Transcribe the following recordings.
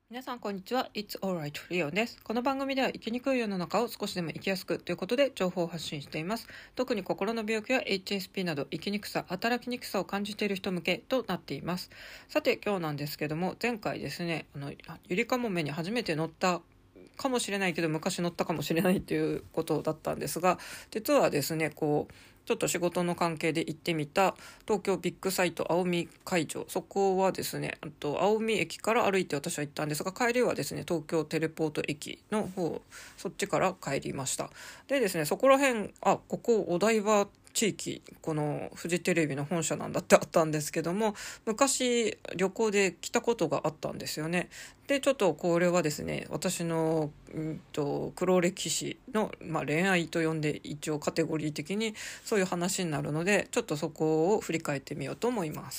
皆さんこんにちは。 It's alright リオンです。この番組では生きにくい世の中を少しでも生きやすくということで情報を発信しています。特に心の病気や HSP など生きにくさ、働きにくさを感じている人向けとなっています。さて今日なんですけども、前回ですね、ゆりかもめに初めて乗ったかもしれないけど昔乗ったかもしれないということだったんですが、実はですねちょっと仕事の関係で行ってみた東京ビッグサイト青海会場、そこはですね青海駅から歩いて私は行ったんですが、帰りはですね東京テレポート駅の方、そっちから帰りました。でですね、そこら辺ここお台場地域、このフジテレビの本社なんだってあったんですけども、昔旅行で来たことがあったんですよね。でちょっとこれはですね、私の黒歴史の、恋愛と呼んで一応カテゴリー的にそういう話になるので、ちょっとそこを振り返ってみようと思います。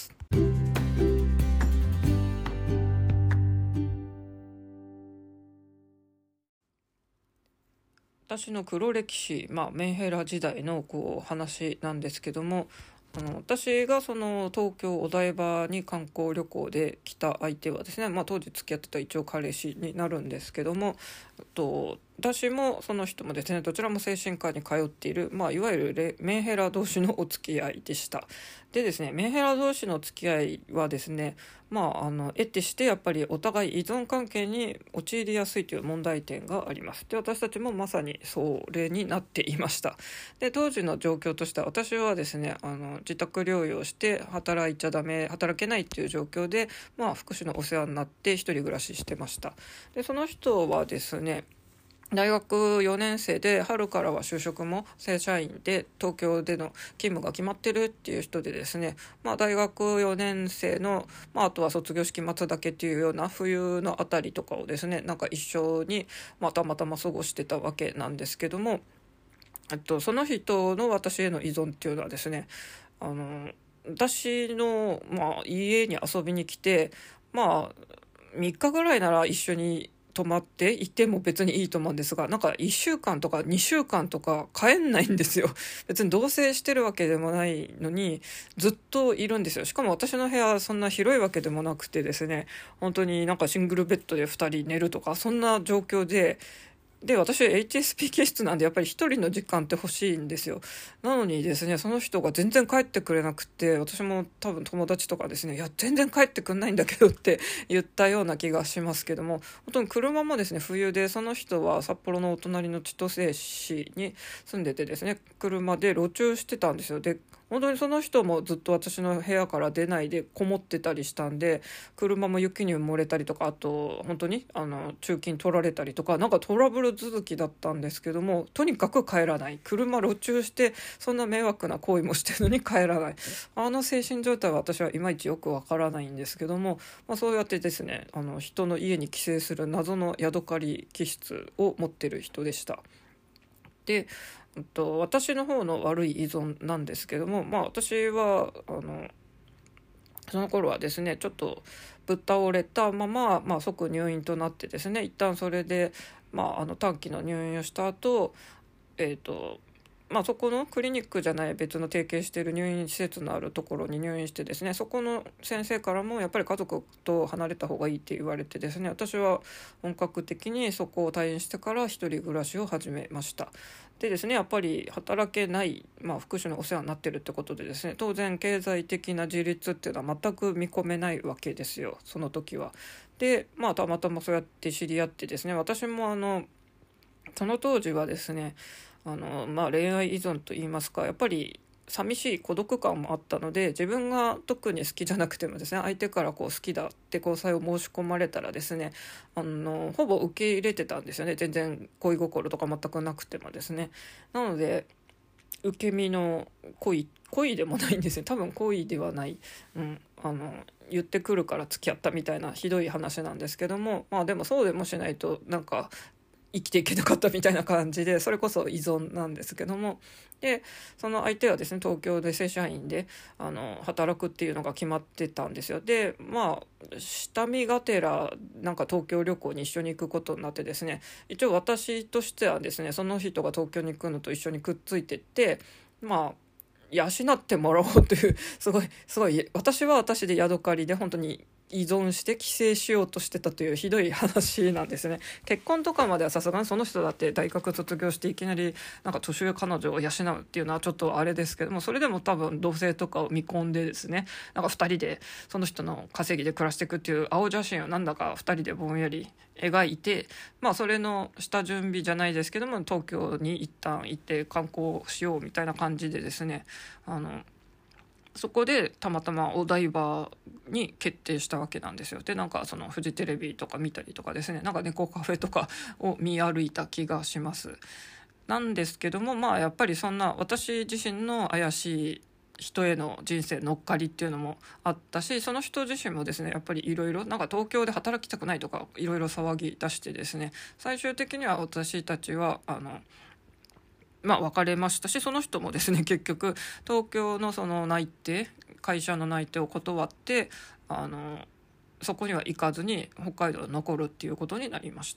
私の黒歴史、メンヘラ時代の話なんですけども、私がその東京お台場に観光旅行で来た相手はですね、当時付き合ってた一応彼氏になるんですけども、私もその人もですね、どちらも精神科に通っている、いわゆるメンヘラ同士のお付き合いでした。でですね、メンヘラ同士の付き合いはですね、得てしてやっぱりお互い依存関係に陥りやすいという問題点があります。で私たちもまさにそれになっていました。で当時の状況としては、私はですね自宅療養して働いちゃダメ、働けないっていう状況で、福祉のお世話になって一人暮らししてました。でその人はですね、大学4年生で春からは就職も正社員で東京での勤務が決まってるっていう人でですね、大学4年生の、あとは卒業式待つだけっていうような冬のあたりとかをですね、一緒にたまたま過ごしてたわけなんですけども、その人の私への依存っていうのはですね、私の、家に遊びに来て、3日ぐらいなら一緒に泊まっていても別にいいと思うんですが、1週間とか2週間とか帰んないんですよ。別に同棲してるわけでもないのにずっといるんですよ。しかも私の部屋そんな広いわけでもなくてですね、本当にシングルベッドで2人寝るとかそんな状況で私 HSP 気質なんでやっぱり一人の時間って欲しいんですよ。なのにですね、その人が全然帰ってくれなくて、私も多分友達とかですね、いや全然帰ってくんないんだけどって言ったような気がしますけども、本当に車もですね冬で、その人は札幌のお隣の千歳市に住んでてですね、車で路中してたんですよ。で本当にその人もずっと私の部屋から出ないでこもってたりしたんで、車も雪に埋もれたりとか、あと本当に中金取られたりとか、トラブル続きだったんですけども、とにかく帰らない、車路中してそんな迷惑な行為もしてるのに帰らない、精神状態は私はいまいちよくわからないんですけども、そうやってですね人の家に寄生する謎のヤドカリ気質を持ってる人でした。で私の方の悪い依存なんですけども、私はその頃はですねちょっとぶっ倒れたまま、即入院となってですね、一旦それで、短期の入院をした後、そこのクリニックじゃない別の提携している入院施設のあるところに入院してですね、そこの先生からもやっぱり家族と離れた方がいいって言われてですね、私は本格的にそこを退院してから一人暮らしを始めました。でですね、やっぱり働けない、福祉のお世話になってるってことでですね、当然経済的な自立っていうのは全く見込めないわけですよ、その時は。でたまたまそうやって知り合ってですね、私もその当時はですね恋愛依存といいますか、やっぱり寂しい孤独感もあったので、自分が特に好きじゃなくてもですね、相手から好きだって交際を申し込まれたらですねほぼ受け入れてたんですよね。全然恋心とか全くなくてもですね。なので受け身の恋でもないんですよ、多分恋ではない、言ってくるから付き合ったみたいなひどい話なんですけども、でもそうでもしないと生きていけなかったみたいな感じで、それこそ依存なんですけども、でその相手はですね東京で正社員で働くっていうのが決まってたんですよ。で下見がてら東京旅行に一緒に行くことになってですね、一応私としてはですねその人が東京に行くのと一緒にくっついてって養ってもらおうというすごい私は私でヤドカリで本当に依存して寄生しようとしてたというひどい話なんですね。結婚とかまではさすがにその人だって大学卒業していきなりなんか年上彼女を養うっていうのはちょっとあれですけども、それでも多分同棲とかを見込んでですね、なんか2人でその人の稼ぎで暮らしていくっていう青写真をなんだか2人でぼんやり描いて、それの下準備じゃないですけども東京に一旦行って観光しようみたいな感じでですね、そこでたまたまお台場に決定したわけなんですよ。でなんかそのフジテレビとか見たりとかですね、なんか猫カフェとかを見歩いた気がします。なんですけども、やっぱりそんな私自身の怪しい人への人生乗っかりっていうのもあったし、その人自身もですねやっぱりいろいろなんか東京で働きたくないとかいろいろ騒ぎ出してですね、最終的には私たちは別れましたし、その人もですね結局東京のその内定会社の内定を断ってそこには行かずに北海道に残るっていうことになりました。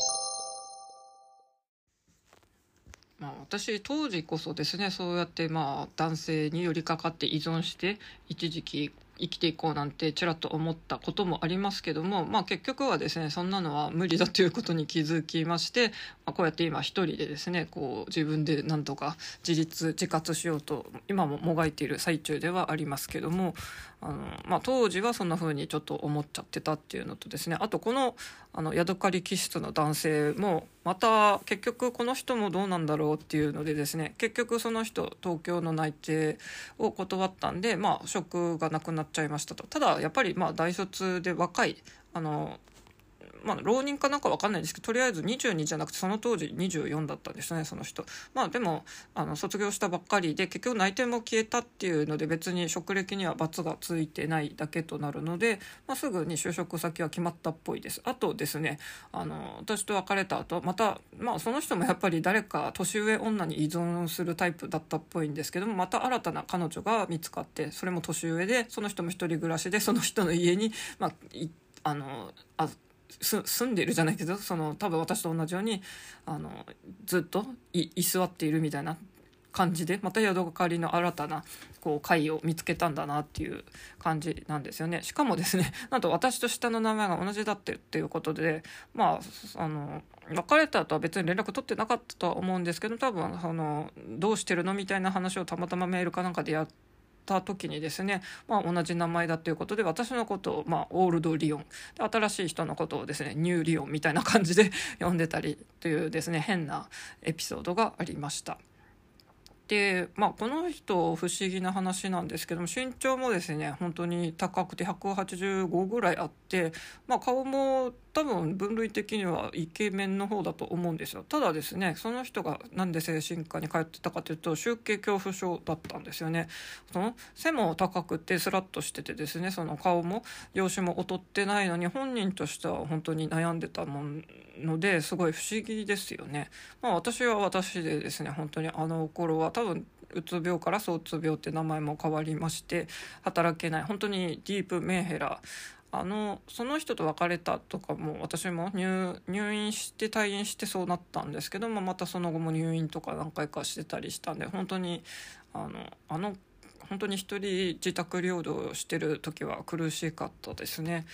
私当時こそですねそうやって男性に寄りかかって依存して一時期生きていこうなんてちらっと思ったこともありますけども、結局はですねそんなのは無理だということに気づきまして、こうやって今一人でですねこう自分でなんとか自活しようと今ももがいている最中ではありますけども、当時はそんな風にちょっと思っちゃってたっていうのとですね、あとこのヤドカリ気質の男性もまた結局この人もどうなんだろうっていうのでですね、結局その人東京の内定を断ったんで職がなくなっちゃいましたと。ただやっぱり大卒で若い浪人かなんか分かんないですけど、とりあえず22じゃなくてその当時24だったんですねその人。でも卒業したばっかりで結局内定も消えたっていうので別に職歴には罰がついてないだけとなるので、すぐに就職先は決まったっぽいです。あとですね私と別れた後またその人もやっぱり誰か年上女に依存するタイプだったっぽいんですけども、また新たな彼女が見つかって、それも年上でその人も一人暮らしでその人の家に住んでいるじゃないけど多分私と同じようにずっと居座っているみたいな感じで、またヤドカリの新たな会を見つけたんだなっていう感じなんですよね。しかもですねなんと私と下の名前が同じだっていうことで、別れた後は別に連絡取ってなかったとは思うんですけど、多分どうしてるのみたいな話をたまたまメールかなんかでやった時にですね、同じ名前だということで私のことを、オールドリオンで、新しい人のことをですねニューリオンみたいな感じで呼んでたりというですね変なエピソードがありました。でこの人不思議な話なんですけども、身長もですね本当に高くて185ぐらいあって、顔も多分分類的にはイケメンの方だと思うんですよ。ただですねその人がなんで精神科に通ってたかというと集計恐怖症だったんですよね。その背も高くてスラッとしててですね、その顔も容姿も劣ってないのに本人としては本当に悩んでたのですごい不思議ですよね。私は私でですね本当にあの頃は多分うつ病からそうつ病って名前も変わりまして、働けない本当にディープメンヘラ、その人と別れたとかも私も入院して退院してそうなったんですけども、またその後も入院とか何回かしてたりしたんで、本当に本当に一人自宅療養してる時は苦しかったですね。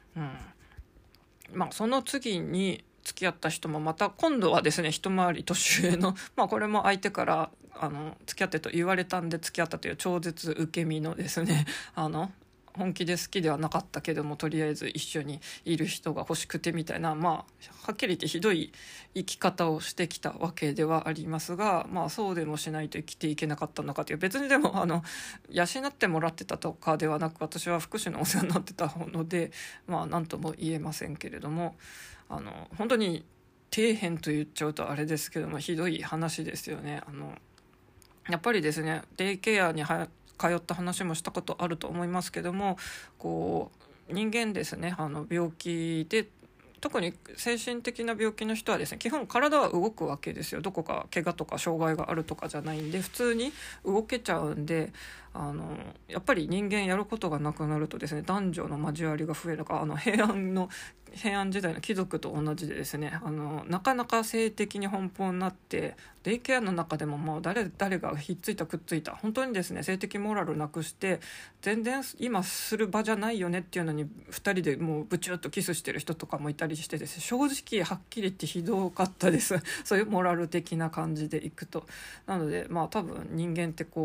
その次に付き合った人もまた今度はですね一回り年上のこれも相手から付き合ってと言われたんで付き合ったという超絶受け身のですね本気で好きではなかったけどもとりあえず一緒にいる人が欲しくてみたいな、はっきり言ってひどい生き方をしてきたわけではありますが、そうでもしないと生きていけなかったのかという、別にでも養ってもらってたとかではなく私は福祉のお世話になってたので何とも言えませんけれども、本当に底辺と言っちゃうとあれですけどもひどい話ですよね。やっぱりですねデイケアに通った話もしたことあると思いますけども、人間ですね病気で特に精神的な病気の人はですね基本体は動くわけですよ。どこか怪我とか障害があるとかじゃないんで普通に動けちゃうんで、 やっぱり人間やることがなくなるとですね、男女の交わりが増えるか、平安時代の貴族と同じでですね、なかなか性的に奔放になって、デイケアの中でももう誰がひっついたくっついた、本当にですね性的モラルなくして全然今する場じゃないよねっていうのに2人でもうブチュッとキスしてる人とかもいたりしてですね、正直はっきり言ってひどかったですそういうモラル的な感じでいくと。なので多分人間って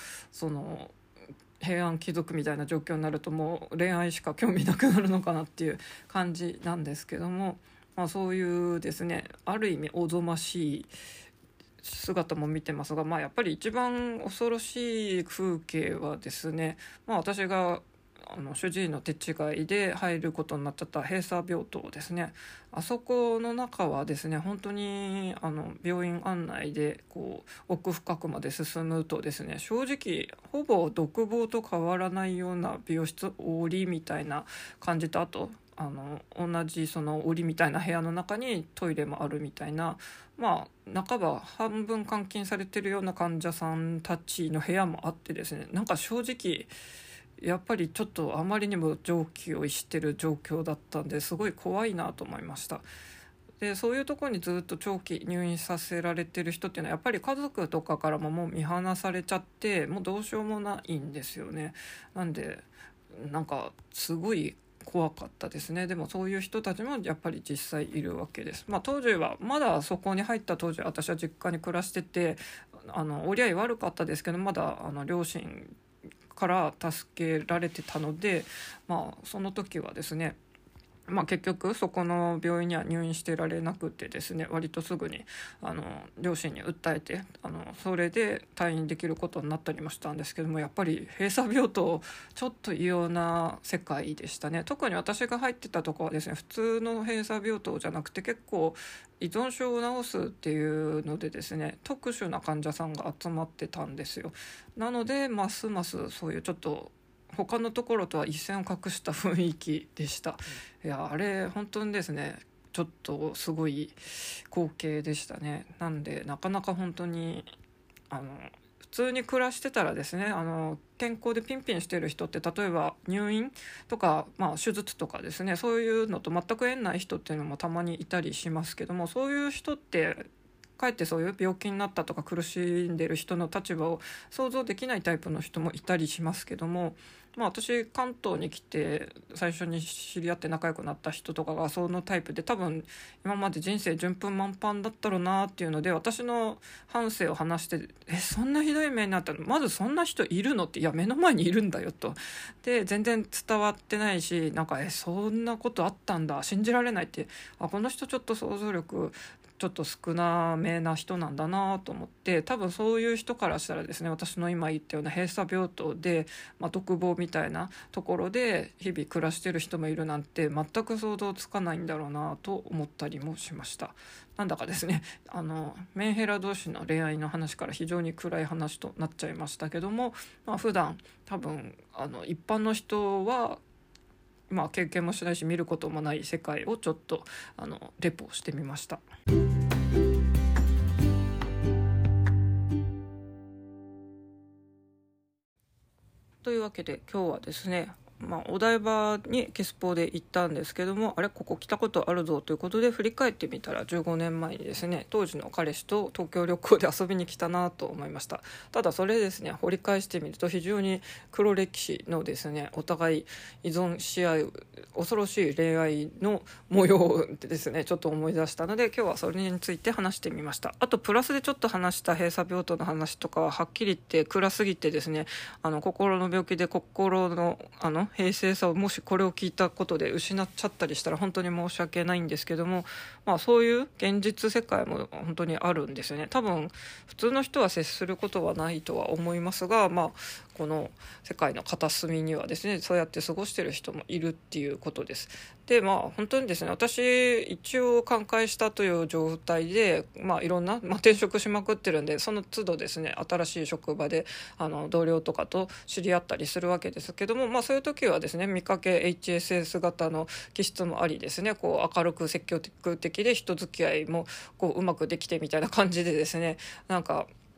平安貴族みたいな状況になるともう恋愛しか興味なくなるのかなっていう感じなんですけども、そういうですねある意味おぞましい姿も見てますが、やっぱり一番恐ろしい風景はですね、私が主治医の手違いで入ることになっちゃった閉鎖病棟ですね。あそこの中はですね本当に病院案内で奥深くまで進むとですね、正直ほぼ独房と変わらないような美容室檻みたいな感じと、あと同じその檻みたいな部屋の中にトイレもあるみたいな、半ば半分監禁されてるような患者さんたちの部屋もあってですね、正直やっぱりちょっとあまりにも常軌を逸してる状況だったんですごい怖いなと思いました。でそういうところにずっと長期入院させられてる人っていうのはやっぱり家族とかからももう見放されちゃってもうどうしようもないんですよね。なんですごい怖かったですね。でもそういう人たちもやっぱり実際いるわけです。当時はまだそこに入った当時私は実家に暮らしてて折り合い悪かったですけどまだ両親から助けられてたので、その時はですね結局そこの病院には入院してられなくてですね、割とすぐに両親に訴えてそれで退院できることになったりもしたんですけども、やっぱり閉鎖病棟ちょっと異様な世界でしたね。特に私が入ってたところはですね普通の閉鎖病棟じゃなくて結構依存症を治すっていうのでですね特殊な患者さんが集まってたんですよ。なのでますますそういうちょっと他のところとは一線を画した雰囲気でした。いやあれ本当にですねちょっとすごい光景でしたね。なんでなかなか本当に普通に暮らしてたらですね健康でピンピンしてる人って例えば入院とか、手術とかですねそういうのと全く縁ない人っていうのもたまにいたりしますけども、そういう人ってかえってそういう病気になったとか苦しんでる人の立場を想像できないタイプの人もいたりしますけども、私関東に来て最初に知り合って仲良くなった人とかがそのタイプで多分今まで人生順風満帆だったろうなっていうので私の半生を話してそんなひどい目になったのまずそんな人いるのっていや目の前にいるんだよと。で全然伝わってないしそんなことあったんだ信じられないってこの人ちょっと想像力ちょっと少なめな人なんだなと思って、多分そういう人からしたらですね私の今言ったような閉鎖病棟で、独房みたいなところで日々暮らしてる人もいるなんて全く想像つかないんだろうなと思ったりもしました。なんだかですねメンヘラ同士の恋愛の話から非常に暗い話となっちゃいましたけども、普段多分一般の人は経験もしないし見ることもない世界をちょっとレポしてみました。というわけで今日はですねお台場にキスポで行ったんですけどもここ来たことあるぞということで振り返ってみたら15年前にですね当時の彼氏と東京旅行で遊びに来たなと思いました。ただそれですね掘り返してみると非常に黒歴史のですねお互い依存し合う恐ろしい恋愛の模様でですねちょっと思い出したので今日はそれについて話してみました。あとプラスでちょっと話した閉鎖病棟の話とかははっきり言って暗すぎてですね心の病気で心の平静さをもしこれを聞いたことで失っちゃったりしたら本当に申し訳ないんですけども、そういう現実世界も本当にあるんですよね。多分普通の人は接することはないとは思いますが、この世界の片隅にはですねそうやって過ごしてる人もいるっていうことです。で本当にですね私一応寛解したという状態で、いろんな、転職しまくってるんでその都度ですね新しい職場で同僚とかと知り合ったりするわけですけども、そういう時はですね見かけ HSS 型の気質もありですね明るく積極的で人付き合いもうまくできてみたいな感じでですね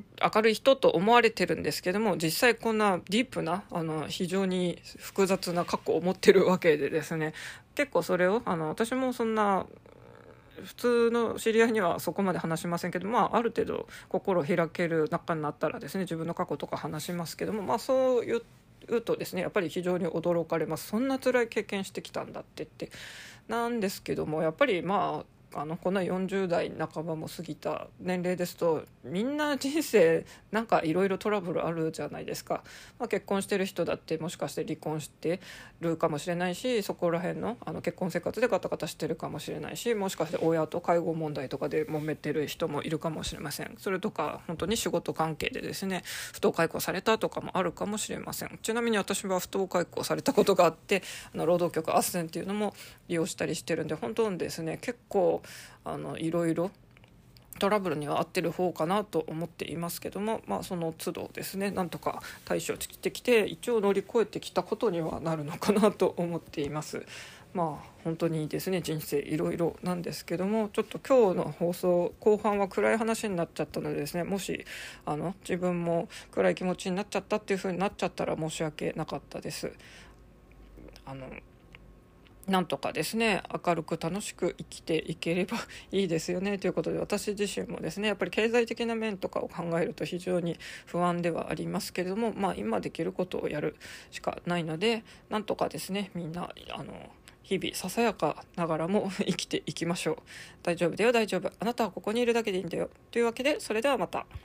明るい人と思われてるんですけども、実際こんなディープな非常に複雑な過去を持ってるわけでですね、結構それを私もそんな普通の知り合いにはそこまで話しませんけど、ある程度心を開ける仲になったらですね、自分の過去とか話しますけども、そういうとですね、やっぱり非常に驚かれます。そんな辛い経験してきたんだってなんですけども、やっぱりこんな40代半ばも過ぎた年齢ですと、みんな人生なんかいろいろトラブルあるじゃないですか。結婚してる人だってもしかして離婚してるかもしれないし、そこら辺の結婚生活でガタガタしてるかもしれないし、もしかして親と介護問題とかで揉めてる人もいるかもしれません。それとか本当に仕事関係でですね、不当解雇されたとかもあるかもしれません。ちなみに私は不当解雇されたことがあって、労働局斡旋っていうのも利用したりしてるんで、本当にですね、結構いろいろトラブルには合ってる方かなと思っていますけども、その都度ですね、なんとか対処してきて一応乗り越えてきたことにはなるのかなと思っています。本当にですね、人生いろいろなんですけども、ちょっと今日の放送後半は暗い話になっちゃったのでですね、もし自分も暗い気持ちになっちゃったっていう風になっちゃったら申し訳なかったです。なんとかですね、明るく楽しく生きていければいいですよねということで、私自身もですね、やっぱり経済的な面とかを考えると非常に不安ではありますけれども、今できることをやるしかないので、なんとかですね、みんな日々ささやかながらも生きていきましょう。大丈夫だよ、大丈夫、あなたはここにいるだけでいいんだよというわけで、それではまた。